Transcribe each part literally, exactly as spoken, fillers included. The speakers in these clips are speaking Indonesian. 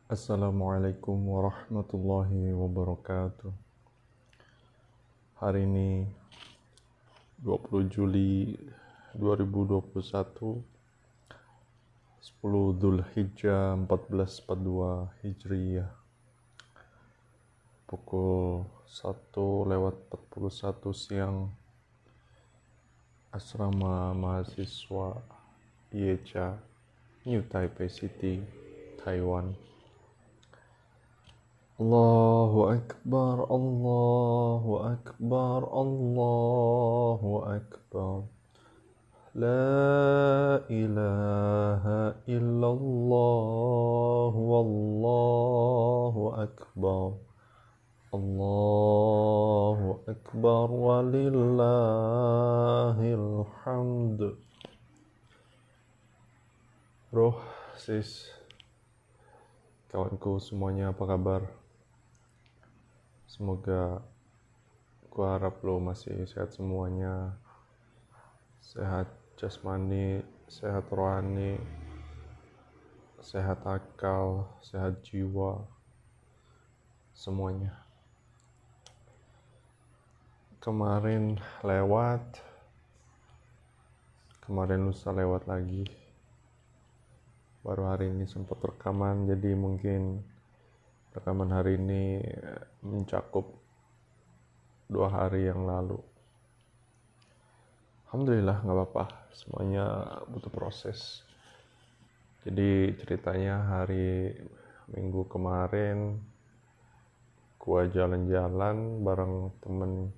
Assalamualaikum warahmatullahi wabarakatuh. Hari ini dua puluh Juli dua ribu dua puluh satu, sepuluh Dzulhijjah seribu empat ratus empat puluh dua Hijriyah, pukul satu lewat empat puluh satu siang, Asrama Mahasiswa Yecha, New Taipei City, Taiwan. Allahu Akbar, Allahu Akbar, Allahu Akbar. La ilaha illallah, wallahu akbar. Allahu Akbar walillahil hamd. Bro, sis, kawanku semuanya, apa kabar? Semoga gua harap lo masih sehat semuanya, sehat jasmani, sehat rohani, sehat akal, sehat jiwa, semuanya. Kemarin lewat, kemarin lusa lewat lagi, baru hari ini sempat rekaman, jadi mungkin rekaman hari ini mencakup dua hari yang lalu. Alhamdulillah, gak apa-apa, semuanya butuh proses. Jadi ceritanya hari Minggu kemarin gua jalan-jalan bareng temen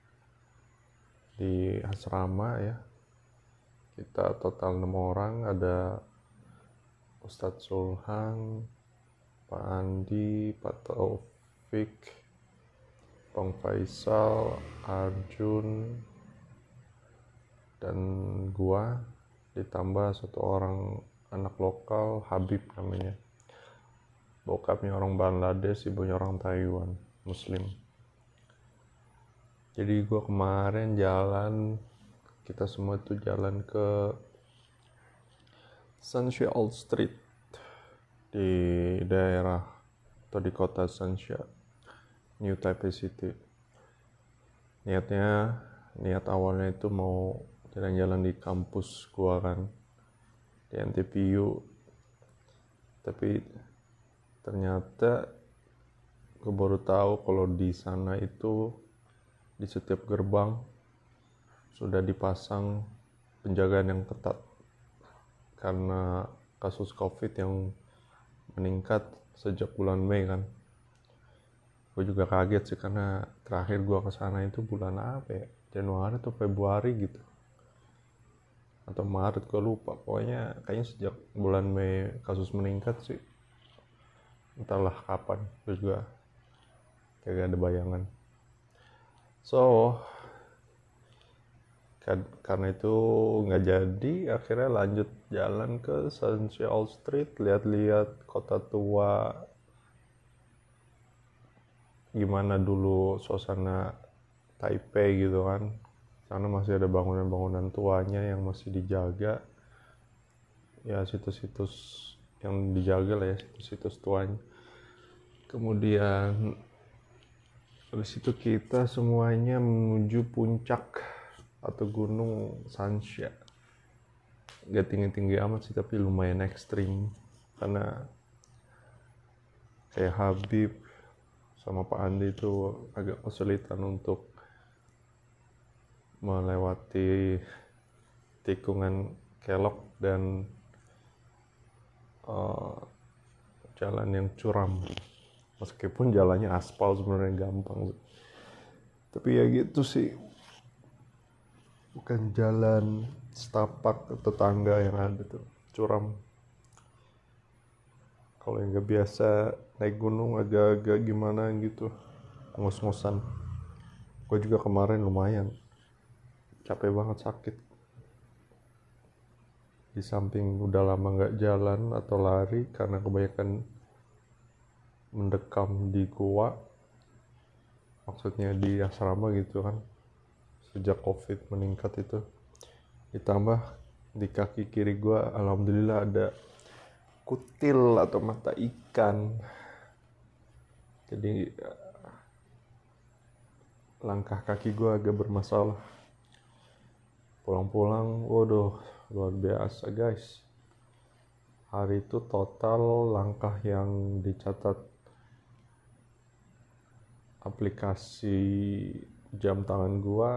di asrama ya. Kita total enam orang, ada Ustadz Sulhan, Pak Andi, Pak Taufik, Bang Faisal, Arjun, dan gua, ditambah satu orang anak lokal, Habib namanya. Bokapnya orang Bangladesh, ibunya orang Taiwan, Muslim. Jadi gua kemarin jalan, kita semua tuh jalan ke Sunshine Old Street di daerah atau di kota Sunshine, New Taipei City. Niatnya, niat awalnya itu mau jalan-jalan di kampus gua kan, di N T P U. Tapi ternyata gua baru tahu kalau di sana itu di setiap gerbang sudah dipasang penjagaan yang ketat karena kasus COVID yang meningkat sejak bulan Mei kan. Gue juga kaget sih karena terakhir gue kesana itu bulan apa ya, Januari atau Februari gitu, atau Maret, gue lupa. Pokoknya kayaknya sejak bulan Mei kasus meningkat sih, entahlah kapan, gue juga kagak ada bayangan. So karena itu nggak jadi, akhirnya lanjut jalan ke Sunshine Old Street, lihat-lihat kota tua, gimana dulu suasana Taipei gitu kan. Sana masih ada bangunan-bangunan tuanya yang masih dijaga ya, situs-situs yang dijaga lah ya, situs-situs tuanya. Kemudian habis itu kita semuanya menuju puncak atau gunung Sunshine. Gak tinggi-tinggi amat sih, tapi lumayan ekstrim karena kayak Habib sama Pak Andi itu agak kesulitan untuk melewati tikungan kelok dan uh, jalan yang curam. Meskipun jalannya aspal sebenarnya gampang, tapi ya gitu sih, bukan jalan setapak atau tangga yang ada tuh, curam. Kalau yang gak biasa naik gunung agak-agak gimana gitu, ngos-ngosan. Gue juga kemarin lumayan capek banget, sakit. Di samping udah lama gak jalan atau lari karena kebanyakan mendekam di gua, maksudnya di asrama gitu kan, sejak COVID meningkat itu. Ditambah di kaki kiri gua alhamdulillah ada kutil atau mata ikan. Jadi langkah kaki gue agak bermasalah. Pulang-pulang, waduh, luar biasa guys. Hari itu total langkah yang dicatat aplikasi jam tangan gue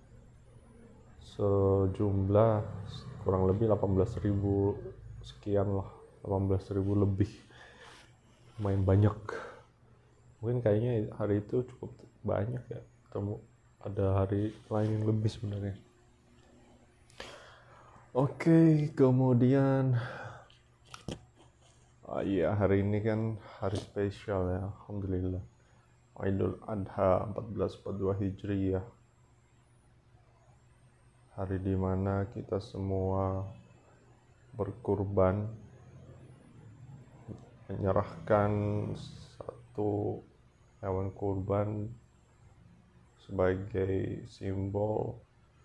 sejumlah kurang lebih delapan belas ribu sekian lah, delapan belas ribu lebih. Lumayan banyak. Mungkin kayaknya hari itu cukup banyak ya, atau ada hari lain yang lebih sebenarnya. Oke, kemudian ah, iya, hari ini kan hari spesial ya, alhamdulillah. Idul Adha seribu empat ratus empat puluh dua Hijriah. Hari dimana kita semua berkurban, menyerahkan satu hewan kurban sebagai simbol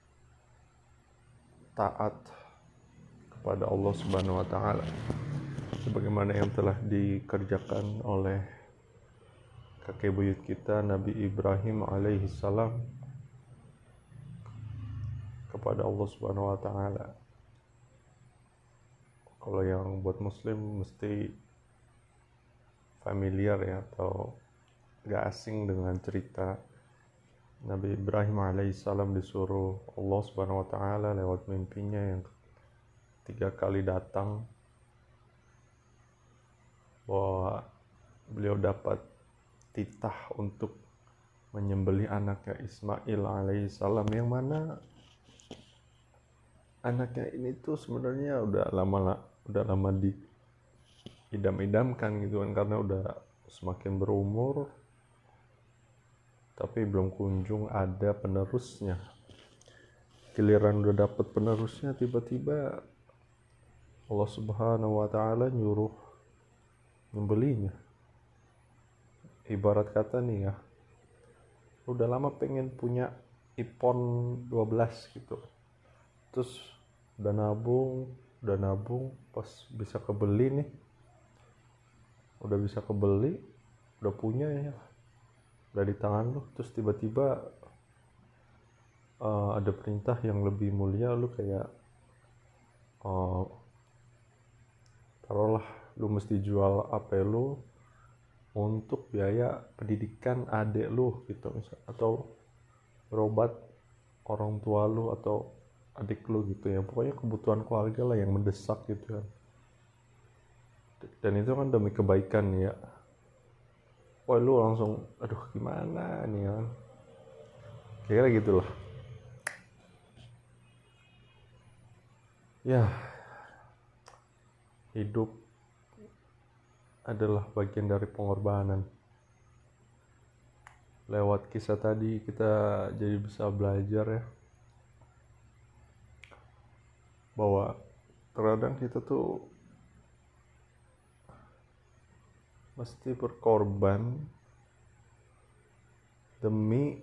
taat kepada Allah Subhanahu wa taala, sebagaimana yang telah dikerjakan oleh kakek buyut kita Nabi Ibrahim alaihi salam kepada Allah Subhanahu wa taala. Kalau yang buat muslim mesti familiar ya, atau gak asing dengan cerita Nabi Ibrahim alaihissalam disuruh Allah Subhanahu wa taala lewat mimpinya yang tiga kali datang bahwa beliau dapat titah untuk menyembelih anaknya Ismail alaihissalam, yang mana anaknya ini tuh sebenarnya udah lama udah lama di idam-idamkan gitu kan, karena udah semakin berumur tapi belum kunjung ada penerusnya. Giliran udah dapat penerusnya, tiba-tiba Allah Subhanahu wa taala nyuruh nyembelihnya. Ibarat kata nih ya, udah lama pengen punya iPhone dua belas gitu, terus udah nabung udah nabung pas bisa kebeli nih, udah bisa kebeli, udah punya ya, udah di tangan lu, terus tiba-tiba uh, ada perintah yang lebih mulia, lu kayak uh, taruhlah lu mesti jual H P lu untuk biaya pendidikan adik lu gitu, misal, atau berobat orang tua lu atau adik lu gitu ya, pokoknya kebutuhan keluarga lah yang mendesak gitu kan. Dan itu kan demi kebaikan ya. Wah, lu langsung aduh gimana nih kan, kira gitulah ya. Hidup adalah bagian dari pengorbanan. Lewat kisah tadi kita jadi bisa belajar ya, bahwa terkadang kita tuh mesti berkorban demi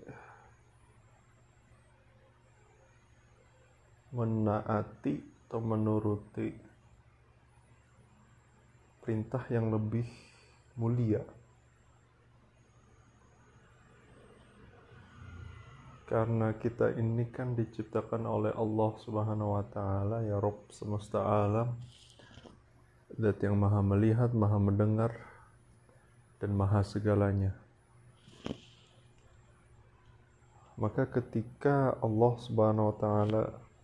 menaati atau menuruti perintah yang lebih mulia. Karena kita ini kan diciptakan oleh Allah Subhanahu wa taala, ya Rabb semesta alam, Zat yang maha melihat, maha mendengar, dan maha segalanya. Maka ketika Allah Subhanahu wa taala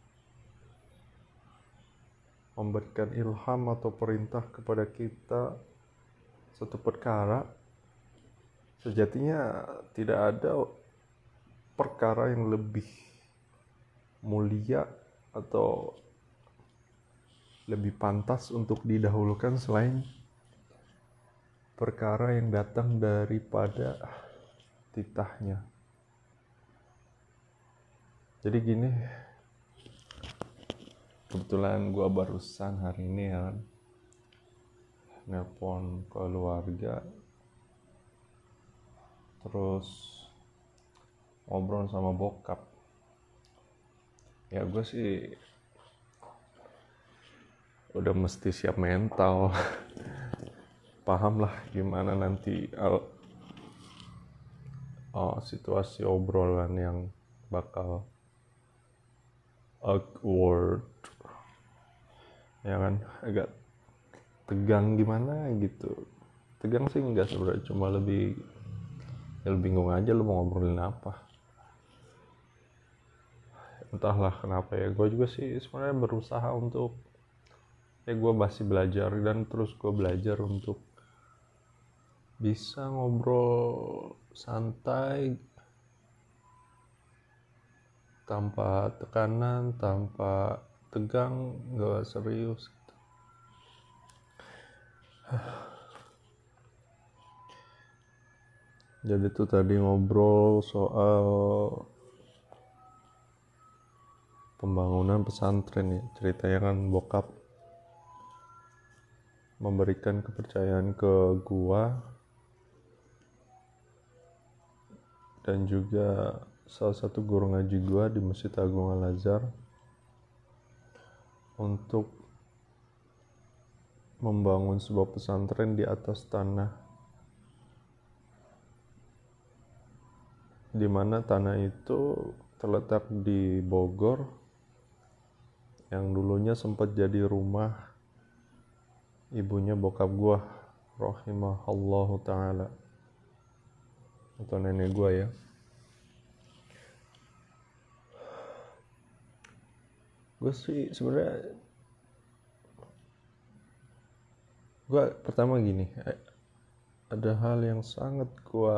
memberikan ilham atau perintah kepada kita satu perkara, sejatinya tidak ada perkara yang lebih mulia atau lebih pantas untuk didahulukan selain perkara yang datang daripada titahnya. Jadi gini, kebetulan gue barusan hari ini ya, nelpon keluarga, terus ngobrol sama bokap. Ya gue sih udah mesti siap mental. Paham lah gimana nanti al- oh, situasi obrolan yang bakal awkward, ya kan, agak tegang gimana gitu. Tegang sih enggak sebenarnya, cuma lebih ya lebih bingung aja lu mau ngobrolin apa. Entahlah kenapa ya, gue juga sih sebenarnya berusaha untuk ya gue masih belajar dan terus gue belajar untuk bisa ngobrol santai tanpa tekanan, tanpa tegang, gak serius. Jadi tuh tadi ngobrol soal pembangunan pesantren ya. Ceritanya kan bokap memberikan kepercayaan ke gua dan juga salah satu guru ngaji gua di Masjid Agung Al-Azhar untuk membangun sebuah pesantren di atas tanah, di mana tanah itu terletak di Bogor yang dulunya sempat jadi rumah ibunya bokap gua rahimahallahu ta'ala, atau nenek gua ya. Gue sih sebenarnya gue pertama gini, ada hal yang sangat gue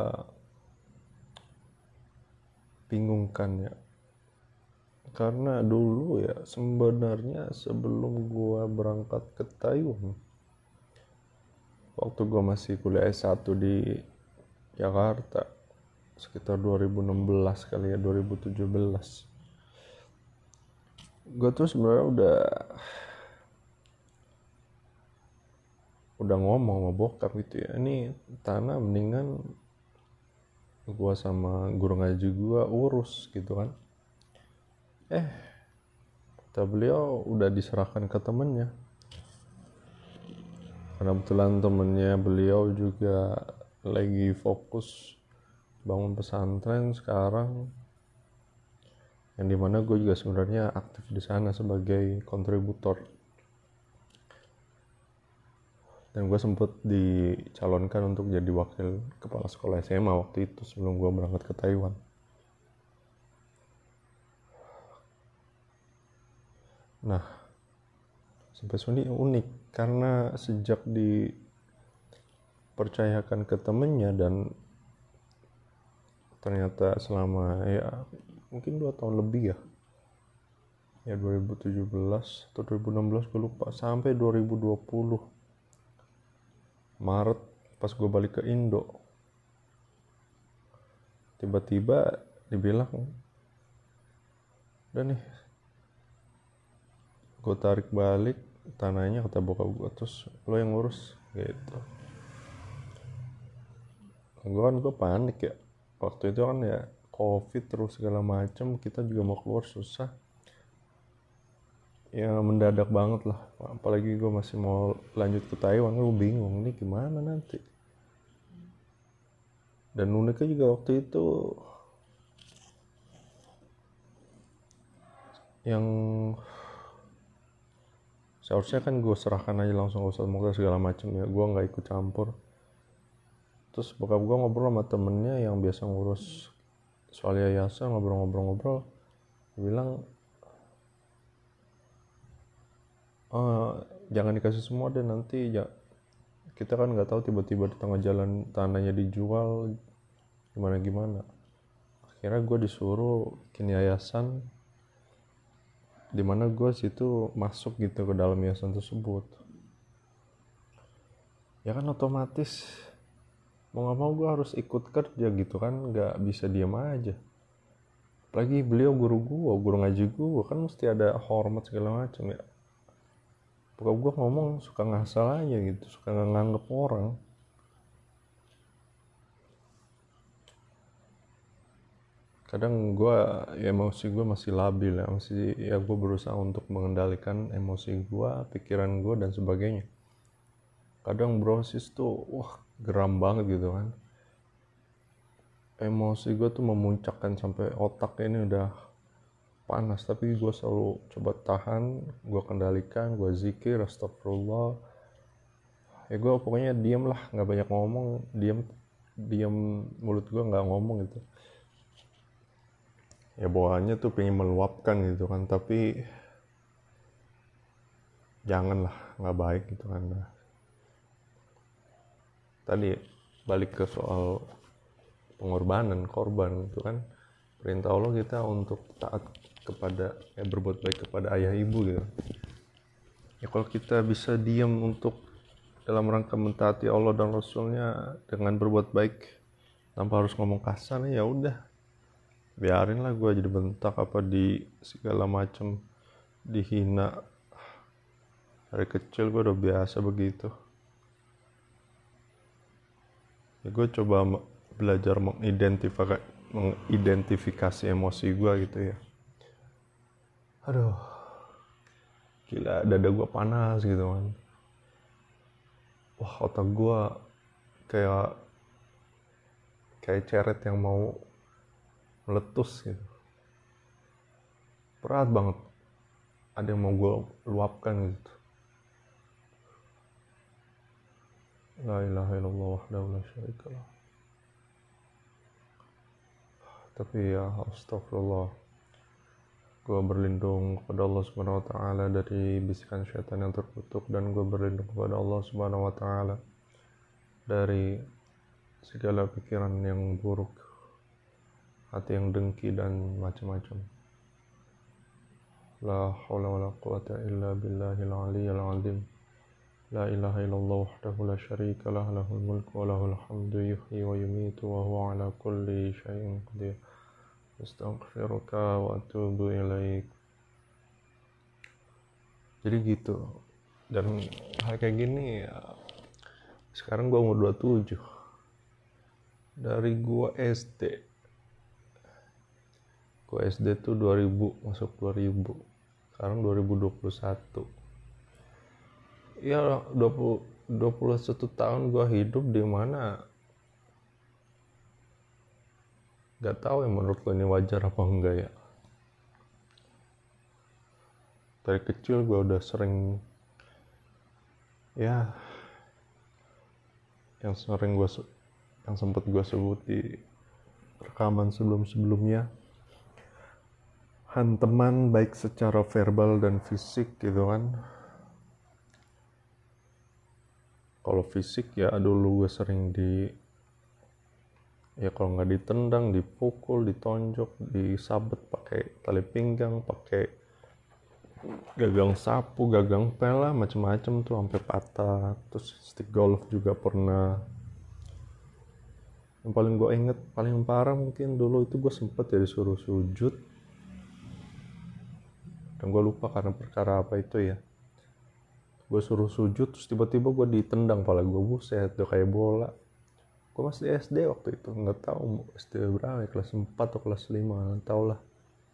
bingungkan ya, karena dulu ya sebenarnya sebelum gue berangkat ke Taiwan, waktu gue masih kuliah S satu di Jakarta sekitar dua ribu enam belas kali ya, dua ribu tujuh belas, gue tuh sebenarnya udah udah ngomong sama bokap gitu ya, ini tanah mendingan gua sama guru ngaji gua urus gitu kan. Eh kata beliau udah diserahkan ke temennya, karena kebetulan temennya beliau juga lagi fokus bangun pesantren sekarang, yang dimana gue juga sebenarnya aktif di sana sebagai kontributor. Dan gue sempet dicalonkan untuk jadi wakil kepala sekolah S M A waktu itu sebelum gue berangkat ke Taiwan. Nah, sampai sini unik karena sejak dipercayakan ke temennya dan ternyata selama ya mungkin dua tahun lebih ya, ya dua ribu tujuh belas atau dua ribu enam belas gue lupa, sampai dua ribu dua puluh Maret pas gue balik ke Indo, tiba-tiba dibilang udah nih gue tarik balik tanahnya, kata bokap gue, terus lo yang ngurus gitu. Gue kan gue panik ya waktu itu kan ya, covid terus segala macem, kita juga mau keluar susah ya, mendadak banget lah. Apalagi gue masih mau lanjut ke Taiwan, gue bingung nih gimana nanti. Dan uniknya juga waktu itu yang seharusnya kan gue serahkan aja langsung ke Ustadz Mokhtar segala macem ya, gue nggak ikut campur. Terus bokap gue ngobrol sama temennya yang biasa ngurus soal yayasan, ngobrol-ngobrol-ngobrol, bilang oh, jangan dikasih semua deh, nanti ya kita kan nggak tahu tiba-tiba di tengah jalan tanahnya dijual gimana gimana. Akhirnya gue disuruh bikin yayasan, dimana gue situ masuk gitu ke dalam yayasan tersebut. Ya kan otomatis mau nggak mau gue harus ikut kerja gitu kan, nggak bisa diam aja. Apalagi beliau guru gue, guru ngaji gue, kan mesti ada hormat segala macam ya. Bokap gue ngomong suka ngasal aja gitu, suka nggak nganggep orang. kadang gue ya, emosi gue masih labil ya, masih ya gue berusaha untuk mengendalikan emosi gue, pikiran gue dan sebagainya. Kadang brosis tuh wah geram banget gitu kan, emosi gue tuh memuncakkan sampai otak ini udah panas, tapi gue selalu coba tahan, gue kendalikan, gue zikir, astagfirullah, ya gue pokoknya diem lah, nggak banyak ngomong, diem diem mulut gue nggak ngomong gitu. Ya bawaannya tuh pengen meluapkan gitu kan, tapi janganlah, nggak baik gitu kan. Nah, tadi balik ke soal pengorbanan, korban itu kan perintah Allah kita untuk taat kepada, ya berbuat baik kepada ayah ibu gitu. Ya kalau kita bisa diam untuk dalam rangka mentaati Allah dan Rasulnya dengan berbuat baik tanpa harus ngomong kasar, ya udah biarin lah gue jadi bentak apa di segala macam, dihina. Dari kecil gue udah biasa begitu. Ya gue coba belajar mengidentifikasi, mengidentifikasi emosi gue gitu ya. Aduh, gila, dada gue panas gitu kan. Wah, otak gue kayak kayak ceret yang mau meletus gitu. Berat banget. Ada yang mau gue luapkan gitu. La ilaha illallah wahdahu la syarikalah. Tapi ya astagfirullah, gue berlindung kepada Allah subhanahu wa ta'ala dari bisikan syaitan yang terkutuk, dan gue berlindung kepada Allah subhanahu wa ta'ala dari segala pikiran yang buruk, hati yang dengki dan macam-macam. La haula wala quwata illa billahil aliyyil azim. La ilaha illallah wahdahu la syarika lah, lahul mulku wa lahul hamdu, yuhyi wa yumitu wa huwa ala kulli syai'in qadir. Astaghfiruka wa atubu ilaik. Jadi gitu. Dan hal kayak gini ya, sekarang gue umur dua puluh tujuh. Dari gue S D. Gue S D tuh dua ribu, masuk dua ribu. Sekarang dua ribu dua puluh satu. Ya dua puluh, dua puluh satu tahun gue hidup di mana gak tahu ya menurut lo ini wajar apa enggak ya. Dari kecil gue udah sering, ya yang sering gue yang sempat gue sebut di rekaman sebelum-sebelumnya, hanteman baik secara verbal dan fisik gitu kan. Kalau fisik ya dulu gue sering di, ya kalau nggak ditendang, dipukul, ditonjok, disabet pakai tali pinggang, pakai gagang sapu, gagang pel lah, macem-macem tuh sampai patah. Terus stick golf juga pernah. Yang paling gue inget, paling parah mungkin dulu itu gue sempet ya disuruh sujud, dan gue lupa karena perkara apa itu ya. Gue suruh sujud, terus tiba-tiba gue ditendang pala gue, buset, udah kayak bola. Gue masih S D waktu itu, nggak tahu S D berapa ya, kelas empat atau kelas lima, nggak tahu lah.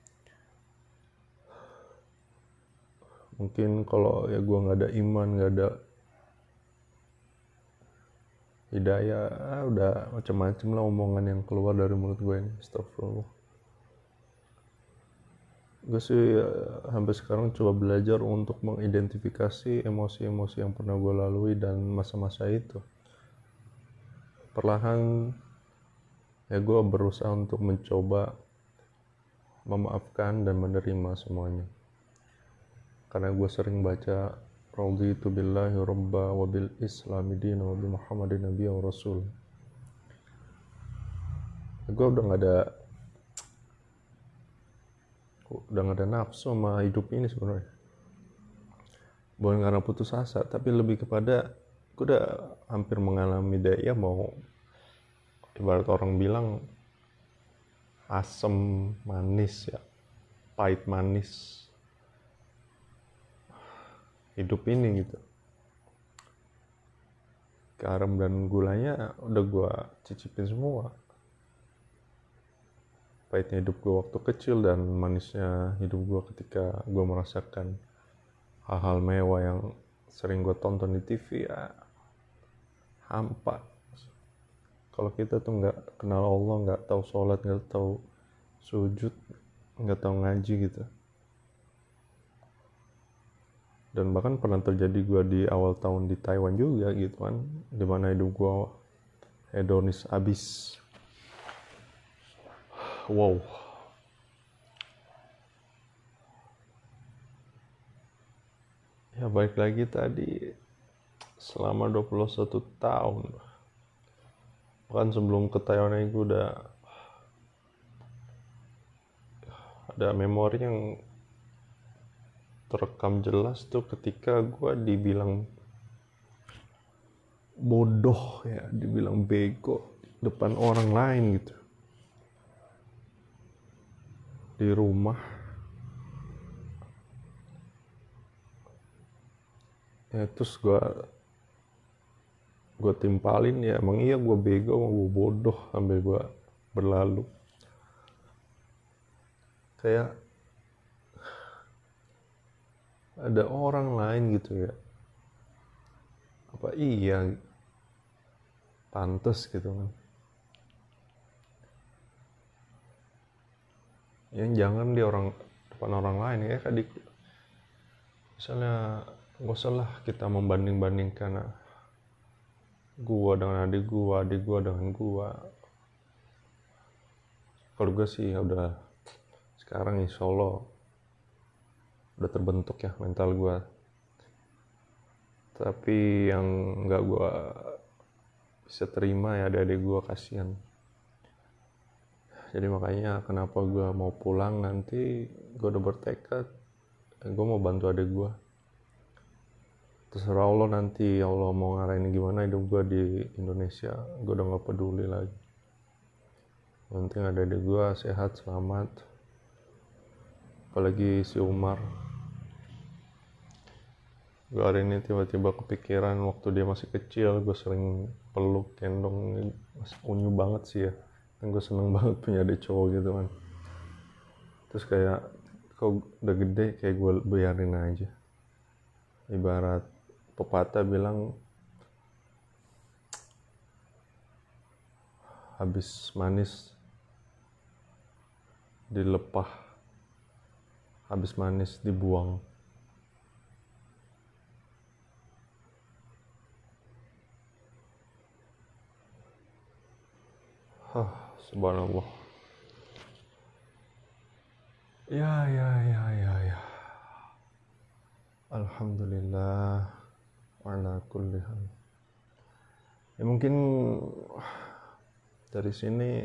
Mungkin kalau ya gue nggak ada iman, nggak ada hidayah, ah, udah macam-macam lah omongan yang keluar dari mulut gue ini. Astagfirullah. Gue sih ya, sampai sekarang coba belajar untuk mengidentifikasi emosi-emosi yang pernah gue lalui dan masa-masa itu. Perlahan ya gue berusaha untuk mencoba memaafkan dan menerima semuanya. Karena gue sering baca raditu billahi rabba wa bil islami dina wa bi muhammadin nabiyya wa rasul. Gue udah gak ada udah gak ada nafsu sama hidup ini sebenarnya. Bukan karena putus asa, tapi lebih kepada gue udah hampir mengalami daya, mau ibarat orang bilang asam manis ya, pahit manis hidup ini gitu. Garam dan gulanya udah gue cicipin semua. pahitnya hidup gue waktu kecil dan manisnya hidup gue ketika gue merasakan hal-hal mewah yang sering gue tonton di T V. Ya hampa kalau kita tuh nggak kenal Allah, nggak tahu sholat, nggak tahu sujud, nggak tahu ngaji gitu. Dan bahkan pernah terjadi gue di awal tahun di Taiwan juga gitu kan, dimana hidup gue hedonis abis. Wow. Ya balik lagi tadi, selama dua puluh satu tahun, bahkan sebelum ke Taiwan ini gue udah ada memori yang terekam jelas tuh ketika gue dibilang bodoh ya, dibilang bego depan orang lain gitu di rumah. Ya terus gue gue timpalin, ya emang iya gue bego, emang gue bodoh, sambil gue berlalu kayak ada orang lain gitu ya. Apa iya pantas gitu kan. Yang jangan di orang depan orang lain ya, kayak misalnya gak usah lah kita membanding-bandingkan gua dengan adik gua, adik gua dengan gua. Kalau gue sih ya udah, sekarang insya Allah udah terbentuk ya mental gua. Tapi yang gak gua bisa terima ya adik-adik gua, kasihan. Jadi makanya kenapa gua mau pulang nanti, gua udah bertekad gua mau bantu adik gua. Terserah Allah nanti, Allah mau ngarahin gimana hidup gue di Indonesia, gue udah gak peduli lagi. Yang penting ada adik gue sehat, selamat. Apalagi si Umar. Gue hari ini tiba-tiba kepikiran waktu dia masih kecil, gue sering peluk, gendong, masih unyu banget sih ya. Dan gue seneng banget punya adik cowok gitu kan. Terus kayak, kok udah gede kayak gue biarin aja. Ibarat pepatah bilang, habis manis dilepah, habis manis dibuang. Hah, subhanallah. Ya, ya, ya, ya, ya. Alhamdulillah ala kulli hal. Ya mungkin dari sini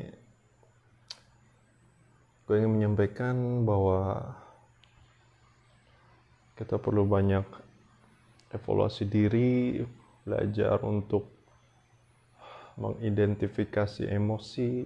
gue ingin menyampaikan bahwa kita perlu banyak evaluasi diri, belajar untuk mengidentifikasi emosi.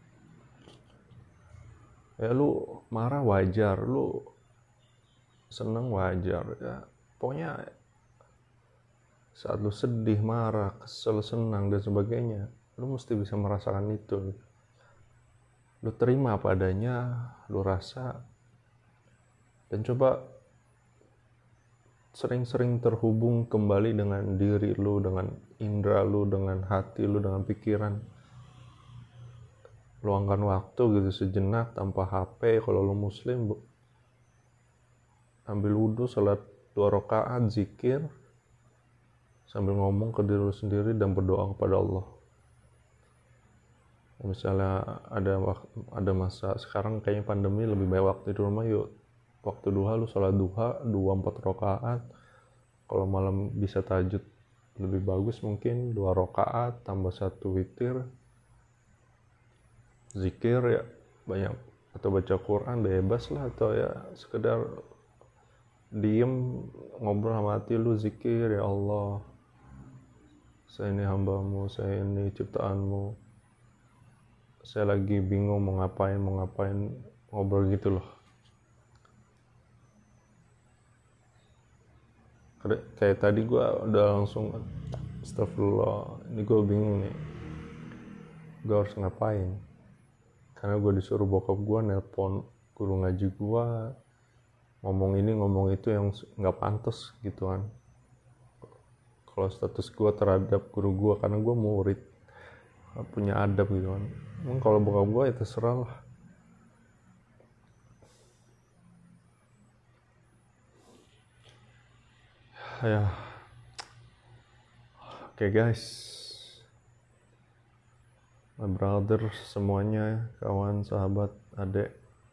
Ya lu marah wajar, lu seneng wajar ya. Pokoknya saat lu sedih, marah, kesel, senang dan sebagainya, lu mesti bisa merasakan itu. Lu terima apa adanya, lu rasa, dan coba sering-sering terhubung kembali dengan diri lu, dengan indera lu, dengan hati lu, dengan pikiran. Luangkan waktu gitu sejenak tanpa H P. Kalau lu muslim, ambil wudhu, salat dua rakaat, zikir sambil ngomong ke diri lu sendiri dan berdoa kepada Allah. Misalnya ada ada masa sekarang kayaknya pandemi, lebih baik waktu di rumah, yuk waktu duha lu salat duha dua empat rakaat. Kalau malam bisa tahajud lebih bagus, mungkin dua rakaat tambah satu witir. Zikir ya banyak, atau baca Quran bebas lah, atau ya sekedar diem ngobrol sama hati lu, zikir, ya Allah saya ini hambamu, saya ini ciptaanmu, saya lagi bingung mau ngapain mau ngapain ngobrol gitu loh. Kayak tadi gue udah langsung astagfirullah, ini gue bingung nih, gue harus ngapain. karena gue disuruh bokap gue nelpon guru ngaji gue, ngomong ini ngomong itu yang nggak pantas gitu kan. Kalau status gue terhadap guru gue, karena gue murid punya adab gitu kan. Emang kalau bokap gue ya terserah lah. Ya oke okay guys, my brother semuanya, kawan, sahabat, adik,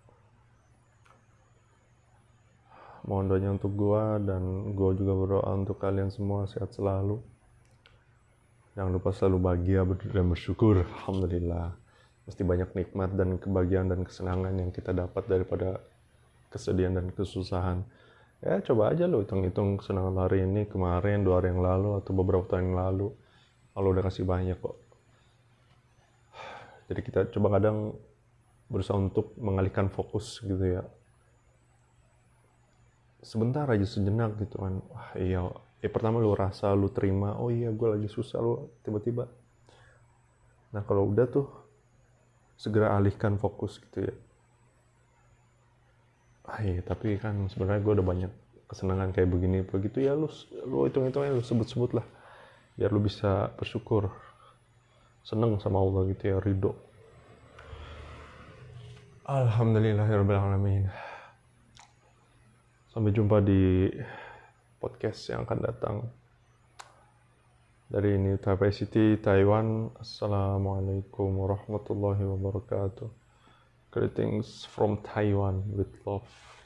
mohon doanya untuk gua, dan gua juga berdoa untuk kalian semua sehat selalu. Jangan lupa selalu bahagia dan bersyukur. Alhamdulillah, mesti banyak nikmat dan kebahagiaan dan kesenangan yang kita dapat daripada kesedihan dan kesusahan. Ya coba aja lo hitung-hitung kesenangan hari ini, kemarin, dua hari yang lalu, atau beberapa tahun yang lalu. Allah udah kasih banyak kok. Jadi kita coba kadang berusaha untuk mengalihkan fokus gitu ya. Sebentar aja, sejenak gitu kan. Wah iya, ya pertama lu rasa, lu terima, oh iya gue lagi susah, lu tiba-tiba. Nah kalau udah tuh, segera alihkan fokus gitu ya. Ah iya, tapi kan sebenarnya gue udah banyak kesenangan kayak begini, begitu ya lu, lu hitung-hitung aja, lu sebut-sebut lah. Biar lu bisa bersyukur, seneng sama Allah gitu ya, ridho. Alhamdulillahirabbil alamin. Sampai jumpa di podcast yang akan datang. Dari New Taipei City, Taiwan. Assalamualaikum warahmatullahi wabarakatuh. Greetings from Taiwan with love.